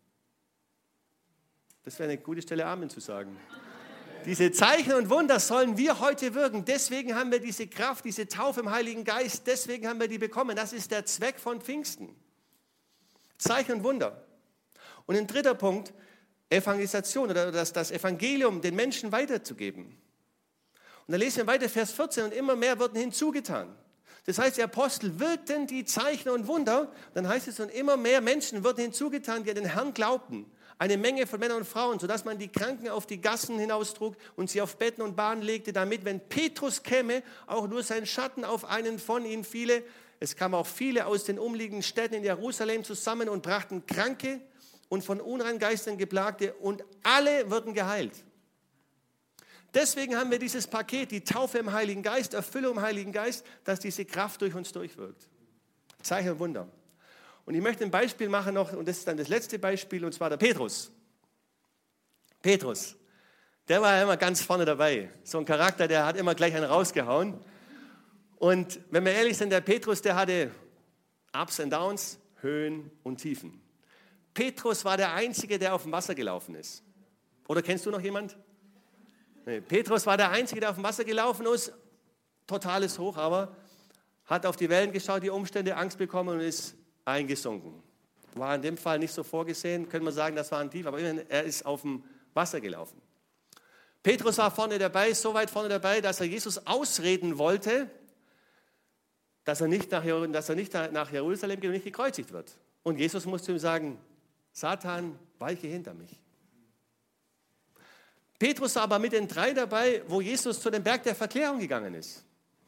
Das wäre eine gute Stelle, Amen zu sagen. Diese Zeichen und Wunder sollen wir heute wirken. Deswegen haben wir diese Kraft, diese Taufe im Heiligen Geist. Deswegen haben wir die bekommen. Das ist der Zweck von Pfingsten. Zeichen und Wunder. Und ein dritter Punkt, Evangelisation oder das Evangelium den Menschen weiterzugeben. Und dann lesen wir weiter, Vers 14, und immer mehr wurden hinzugetan. Das heißt, die Apostel wirkten die Zeichen und Wunder. Dann heißt es, und immer mehr Menschen wurden hinzugetan, die an den Herrn glaubten. Eine Menge von Männern und Frauen, sodass man die Kranken auf die Gassen hinaustrug und sie auf Betten und Bahnen legte, damit, wenn Petrus käme, auch nur sein Schatten auf einen von ihnen fiele. Es kamen auch viele aus den umliegenden Städten in Jerusalem zusammen und brachten Kranke und von unreinen Geistern Geplagte, und alle wurden geheilt. Deswegen haben wir dieses Paket, die Taufe im Heiligen Geist, Erfüllung im Heiligen Geist, dass diese Kraft durch uns durchwirkt. Zeichen und Wunder. Und ich möchte ein Beispiel machen noch, und das ist dann das letzte Beispiel, und zwar der Petrus. Petrus, der war ja immer ganz vorne dabei. So ein Charakter, der hat immer gleich einen rausgehauen. Und wenn wir ehrlich sind, der Petrus, der hatte Ups and Downs, Höhen und Tiefen. Petrus war der Einzige, der auf dem Wasser gelaufen ist. Oder kennst du noch jemand? Nee, Petrus war der Einzige, der auf dem Wasser gelaufen ist. Totales Hoch, aber hat auf die Wellen geschaut, die Umstände, Angst bekommen und ist eingesunken. War in dem Fall nicht so vorgesehen, können wir sagen, das war ein Tief, aber immerhin, er ist auf dem Wasser gelaufen. Petrus war vorne dabei, so weit vorne dabei, dass er Jesus ausreden wollte, dass er nicht nach Jerusalem geht und nicht gekreuzigt wird. Und Jesus musste ihm sagen, Satan, weiche hinter mich. Petrus war aber mit den 3 dabei, wo Jesus zu dem Berg der Verklärung gegangen ist.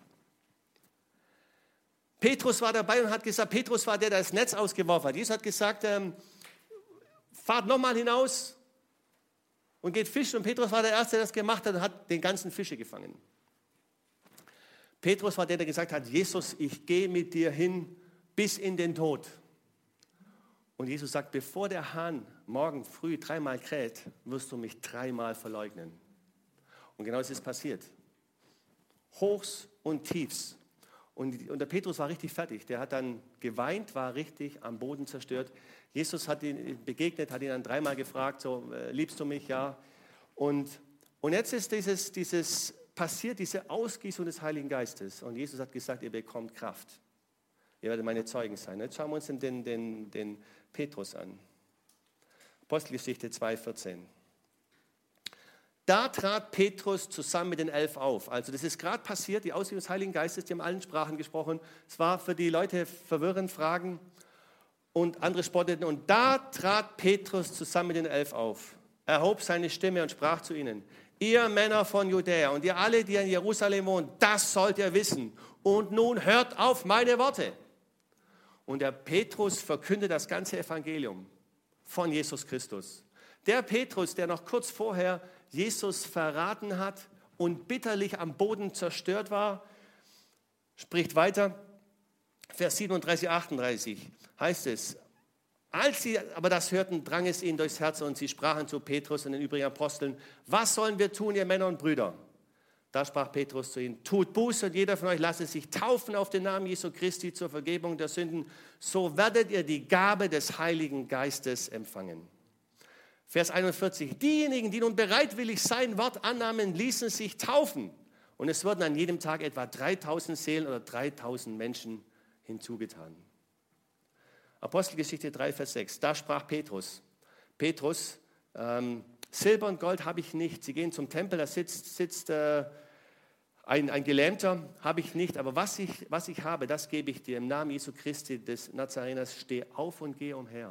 Petrus war dabei und hat gesagt, Petrus war der das Netz ausgeworfen hat. Jesus hat gesagt, fahrt nochmal hinaus und geht fischen. Und Petrus war der Erste, der das gemacht hat und hat den ganzen Fische gefangen. Petrus war der gesagt hat, Jesus, ich gehe mit dir hin bis in den Tod. Und Jesus sagt, bevor der Hahn morgen früh 3-mal kräht, wirst du mich 3-mal verleugnen. Und genau das ist passiert. Hochs und Tiefs. Und der Petrus war richtig fertig. Der hat dann geweint, war richtig am Boden zerstört. Jesus hat ihn begegnet, hat ihn dann 3-mal gefragt, so, liebst du mich? Ja. Und jetzt ist dieses passiert, diese Ausgießung des Heiligen Geistes. Und Jesus hat gesagt, ihr bekommt Kraft. Ihr werdet meine Zeugen sein. Jetzt schauen wir uns den Petrus an. Apostelgeschichte 2,14. Da trat Petrus zusammen mit den 11 auf. Also das ist gerade passiert, die Ausübung des Heiligen Geistes, die haben allen Sprachen gesprochen. Es war für die Leute verwirrend, Fragen und andere spotteten. Und da trat Petrus zusammen mit den 11 auf. Er erhob seine Stimme und sprach zu ihnen: Ihr Männer von Judäa und ihr alle, die in Jerusalem wohnen, das sollt ihr wissen. Und nun hört auf meine Worte. Und der Petrus verkündet das ganze Evangelium von Jesus Christus. Der Petrus, der noch kurz vorher Jesus verraten hat und bitterlich am Boden zerstört war, spricht weiter, Vers 37, 38 heißt es: Als sie aber das hörten, drang es ihnen durchs Herz und sie sprachen zu Petrus und den übrigen Aposteln: Was sollen wir tun, ihr Männer und Brüder? Da sprach Petrus zu ihnen: Tut Buße und jeder von euch lasse sich taufen auf den Namen Jesu Christi zur Vergebung der Sünden, so werdet ihr die Gabe des Heiligen Geistes empfangen. Vers 41, diejenigen, die nun bereitwillig sein Wort annahmen, ließen sich taufen. Und es wurden an jedem Tag etwa 3000 Seelen oder 3000 Menschen hinzugetan. Apostelgeschichte 3, Vers 6, da sprach Petrus, Silber und Gold habe ich nicht. Sie gehen zum Tempel, da sitzt ein Gelähmter, habe ich nicht. Aber was ich habe, das gebe ich dir. Im Namen Jesu Christi des Nazareners, steh auf und geh umher.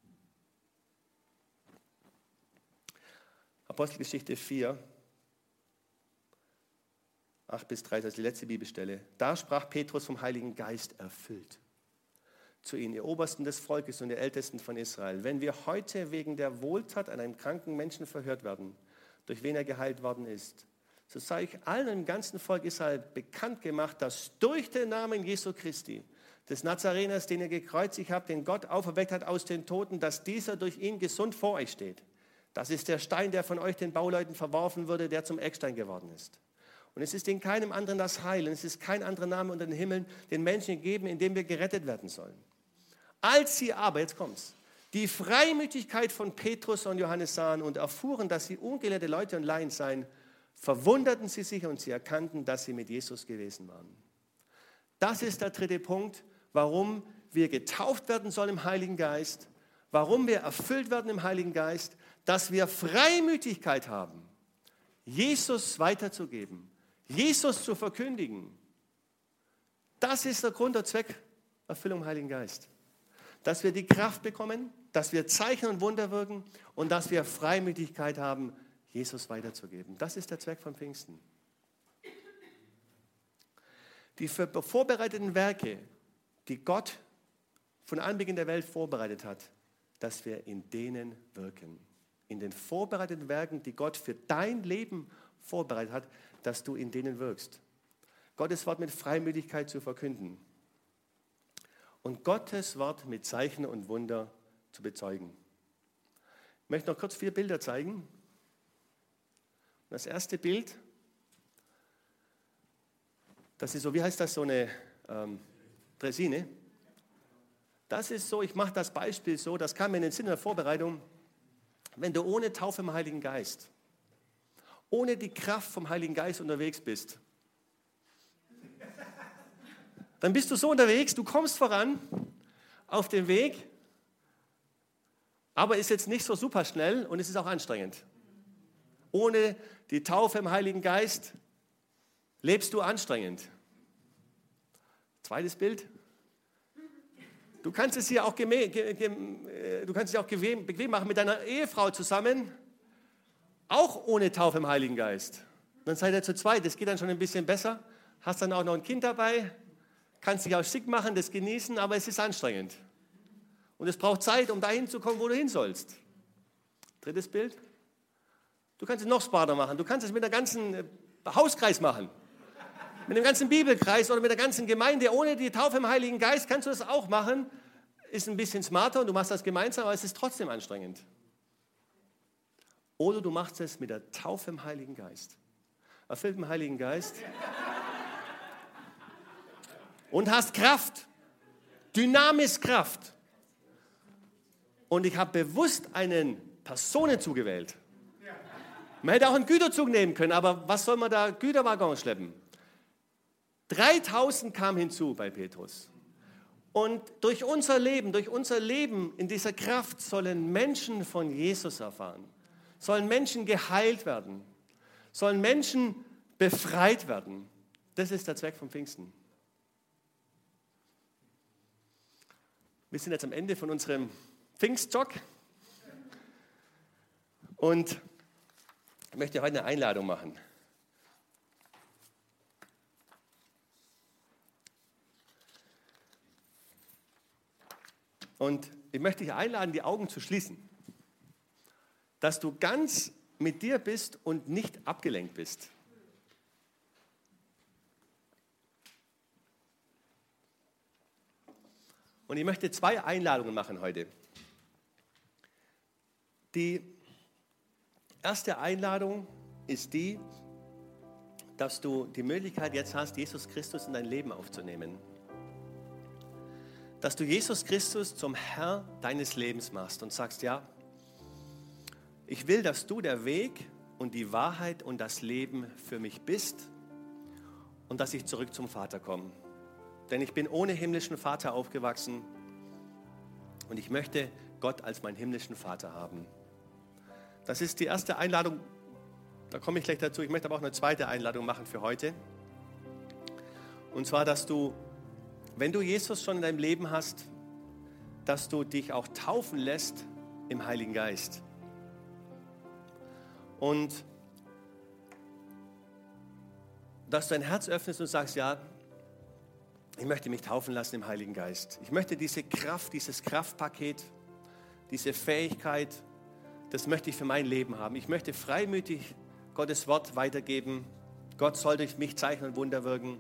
Apostelgeschichte 4, 8 bis 13, das ist die letzte Bibelstelle. Da sprach Petrus vom Heiligen Geist erfüllt zu ihnen, ihr Obersten des Volkes und ihr Ältesten von Israel: Wenn wir heute wegen der Wohltat an einem kranken Menschen verhört werden, durch wen er geheilt worden ist, so sei ich allen im ganzen Volk Israel bekannt gemacht, dass durch den Namen Jesu Christi, des Nazareners, den ihr gekreuzigt habt, den Gott auferweckt hat aus den Toten, dass dieser durch ihn gesund vor euch steht. Das ist der Stein, der von euch den Bauleuten verworfen wurde, der zum Eckstein geworden ist. Und es ist in keinem anderen das Heil, und es ist kein anderer Name unter den Himmeln den Menschen gegeben, in dem wir gerettet werden sollen. Als sie aber, jetzt kommt's, die Freimütigkeit von Petrus und Johannes sahen und erfuhren, dass sie ungelehrte Leute und Laien seien, verwunderten sie sich und sie erkannten, dass sie mit Jesus gewesen waren. Das ist der dritte Punkt, warum wir getauft werden sollen im Heiligen Geist, warum wir erfüllt werden im Heiligen Geist, dass wir Freimütigkeit haben, Jesus weiterzugeben, Jesus zu verkündigen. Das ist der Grund, der Zweck Erfüllung im Heiligen Geist. Dass wir die Kraft bekommen, dass wir Zeichen und Wunder wirken und dass wir Freimütigkeit haben, Jesus weiterzugeben. Das ist der Zweck von Pfingsten. Die vorbereiteten Werke, die Gott von Anbeginn der Welt vorbereitet hat, dass wir in denen wirken. In den vorbereiteten Werken, die Gott für dein Leben vorbereitet hat, dass du in denen wirkst. Gottes Wort mit Freimütigkeit zu verkünden. Und Gottes Wort mit Zeichen und Wunder zu bezeugen. Ich möchte noch kurz 4 Bilder zeigen. Das erste Bild, das ist so, wie heißt das, so eine Draisine. Das ist so, ich mache das Beispiel so, das kam mir in den Sinn in der Vorbereitung, wenn du ohne Taufe im Heiligen Geist, ohne die Kraft vom Heiligen Geist unterwegs bist, dann bist du so unterwegs, du kommst voran auf dem Weg, aber ist jetzt nicht so super schnell und es ist auch anstrengend. Ohne die Taufe im Heiligen Geist lebst du anstrengend. Zweites Bild. Du kannst es hier auch bequem machen mit deiner Ehefrau zusammen, auch ohne Taufe im Heiligen Geist. Dann seid ihr zu zweit, das geht dann schon ein bisschen besser. Hast dann auch noch ein Kind dabei, kannst dich auch schick machen, das genießen, aber es ist anstrengend. Und es braucht Zeit, um dahin zu kommen, wo du hin sollst. Drittes Bild. Du kannst es noch smarter machen. Du kannst es mit der ganzen Hauskreis machen. Mit dem ganzen Bibelkreis oder mit der ganzen Gemeinde. Ohne die Taufe im Heiligen Geist kannst du das auch machen. Ist ein bisschen smarter und du machst das gemeinsam, aber es ist trotzdem anstrengend. Oder du machst es mit der Taufe im Heiligen Geist. Erfüllt im Heiligen Geist. Und hast Kraft. Dynamiskraft. Und ich habe bewusst einen Personenzug gewählt. Man hätte auch einen Güterzug nehmen können, aber was soll man da Güterwaggon schleppen? 3000 kamen hinzu bei Petrus. Und durch unser Leben in dieser Kraft sollen Menschen von Jesus erfahren, sollen Menschen geheilt werden, sollen Menschen befreit werden. Das ist der Zweck von Pfingsten. Wir sind jetzt am Ende von unserem Pfingsttalk und ich möchte heute eine Einladung machen. Und ich möchte dich einladen, die Augen zu schließen, dass du ganz mit dir bist und nicht abgelenkt bist. Und ich möchte 2 Einladungen machen heute. Die erste Einladung ist die, dass du die Möglichkeit jetzt hast, Jesus Christus in dein Leben aufzunehmen. Dass du Jesus Christus zum Herr deines Lebens machst und sagst, ja, ich will, dass du der Weg und die Wahrheit und das Leben für mich bist und dass ich zurück zum Vater komme. Denn ich bin ohne himmlischen Vater aufgewachsen und ich möchte Gott als meinen himmlischen Vater haben. Das ist die erste Einladung, da komme ich gleich dazu. Ich möchte aber auch eine zweite Einladung machen für heute. Und zwar, dass du, wenn du Jesus schon in deinem Leben hast, dass du dich auch taufen lässt im Heiligen Geist. Und dass du dein Herz öffnest und sagst, ja, ich möchte mich taufen lassen im Heiligen Geist. Ich möchte diese Kraft, dieses Kraftpaket, diese Fähigkeit, das möchte ich für mein Leben haben. Ich möchte freimütig Gottes Wort weitergeben. Gott soll durch mich Zeichen und Wunder wirken.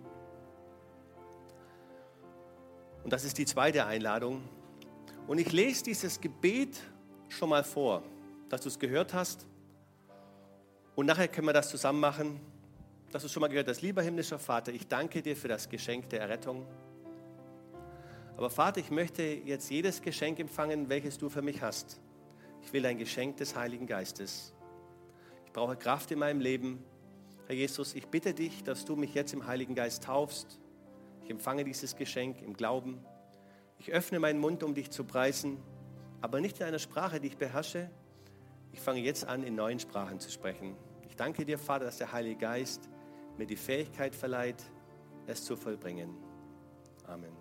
Und das ist die zweite Einladung. Und ich lese dieses Gebet schon mal vor, dass du es gehört hast. Und nachher können wir das zusammen machen, dass du es schon mal gehört hast. Lieber himmlischer Vater, ich danke dir für das Geschenk der Errettung. Aber Vater, ich möchte jetzt jedes Geschenk empfangen, welches du für mich hast. Ich will ein Geschenk des Heiligen Geistes. Ich brauche Kraft in meinem Leben. Herr Jesus, ich bitte dich, dass du mich jetzt im Heiligen Geist taufst. Ich empfange dieses Geschenk im Glauben. Ich öffne meinen Mund, um dich zu preisen, aber nicht in einer Sprache, die ich beherrsche. Ich fange jetzt an, in neuen Sprachen zu sprechen. Ich danke dir, Vater, dass der Heilige Geist mir die Fähigkeit verleiht, es zu vollbringen. Amen.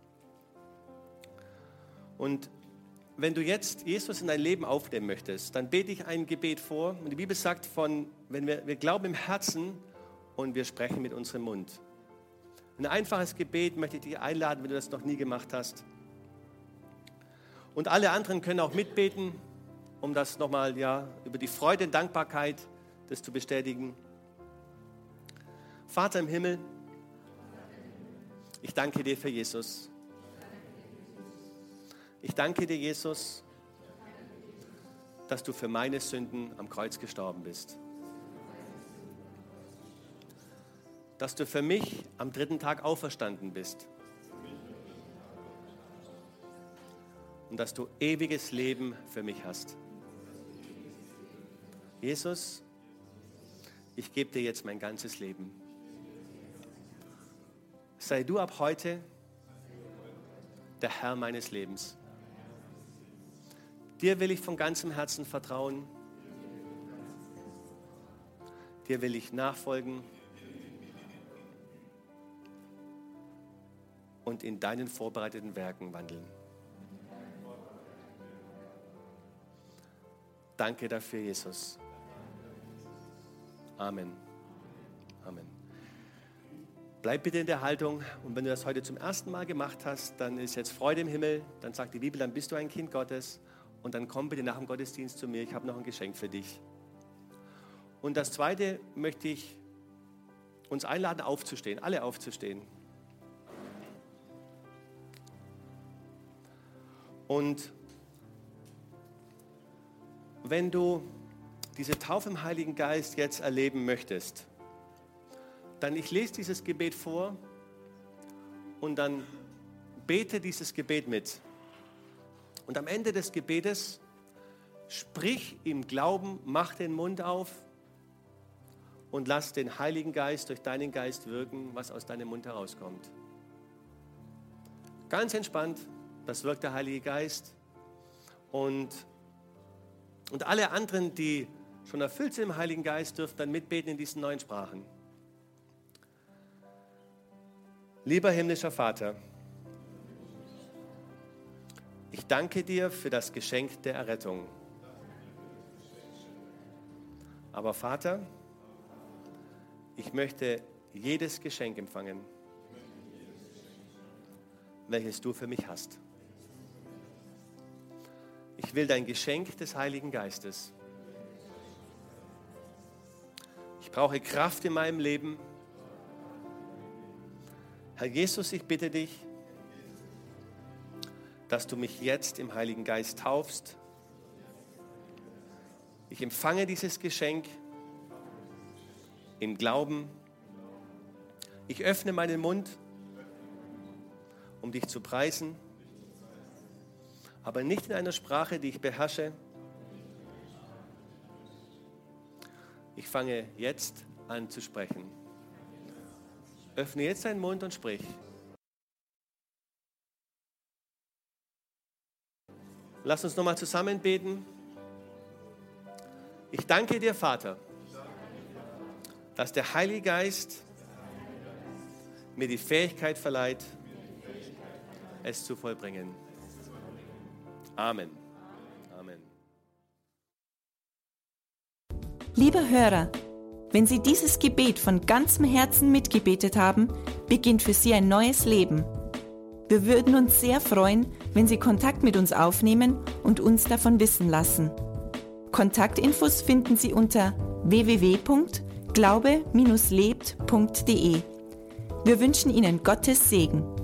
Und wenn du jetzt Jesus in dein Leben aufnehmen möchtest, dann bete ich ein Gebet vor. Und die Bibel sagt, wenn wir glauben im Herzen und wir sprechen mit unserem Mund. Ein einfaches Gebet möchte ich dich einladen, wenn du das noch nie gemacht hast. Und alle anderen können auch mitbeten, um das nochmal über die Freude und Dankbarkeit, das zu bestätigen. Vater im Himmel, ich danke dir für Jesus. Ich danke dir, Jesus, dass du für meine Sünden am Kreuz gestorben bist. Dass du für mich am 3. Tag auferstanden bist. Und dass du ewiges Leben für mich hast. Jesus, ich gebe dir jetzt mein ganzes Leben. Sei du ab heute der Herr meines Lebens. Dir will ich von ganzem Herzen vertrauen. Dir will ich nachfolgen. Und in deinen vorbereiteten Werken wandeln. Danke dafür, Jesus. Amen. Amen. Bleib bitte in der Haltung und wenn du das heute zum ersten Mal gemacht hast, dann ist jetzt Freude im Himmel, dann sagt die Bibel, dann bist du ein Kind Gottes und dann komm bitte nach dem Gottesdienst zu mir, ich habe noch ein Geschenk für dich. Und das Zweite möchte ich uns einladen, aufzustehen, alle aufzustehen. Und wenn du diese Taufe im Heiligen Geist jetzt erleben möchtest, dann ich lese dieses Gebet vor und dann bete dieses Gebet mit. Und am Ende des Gebetes sprich im Glauben, mach den Mund auf und lass den Heiligen Geist durch deinen Geist wirken, was aus deinem Mund herauskommt. Ganz entspannt, das wirkt der Heilige Geist. Und alle anderen, die schon erfüllt sind im Heiligen Geist, dürfen dann mitbeten in diesen neuen Sprachen. Lieber himmlischer Vater, ich danke dir für das Geschenk der Errettung. Aber Vater, ich möchte jedes Geschenk empfangen, welches du für mich hast. Ich will dein Geschenk des Heiligen Geistes. Ich brauche Kraft in meinem Leben. Herr Jesus, ich bitte dich, dass du mich jetzt im Heiligen Geist taufst. Ich empfange dieses Geschenk im Glauben. Ich öffne meinen Mund, um dich zu preisen, aber nicht in einer Sprache, die ich beherrsche. Ich fange jetzt an zu sprechen. Öffne jetzt deinen Mund und sprich. Lass uns nochmal zusammen beten. Ich danke dir, Vater, dass der Heilige Geist mir die Fähigkeit verleiht, es zu vollbringen. Amen. Amen. Lieber Hörer, wenn Sie dieses Gebet von ganzem Herzen mitgebetet haben, beginnt für Sie ein neues Leben. Wir würden uns sehr freuen, wenn Sie Kontakt mit uns aufnehmen und uns davon wissen lassen. Kontaktinfos finden Sie unter www.glaube-lebt.de. Wir wünschen Ihnen Gottes Segen.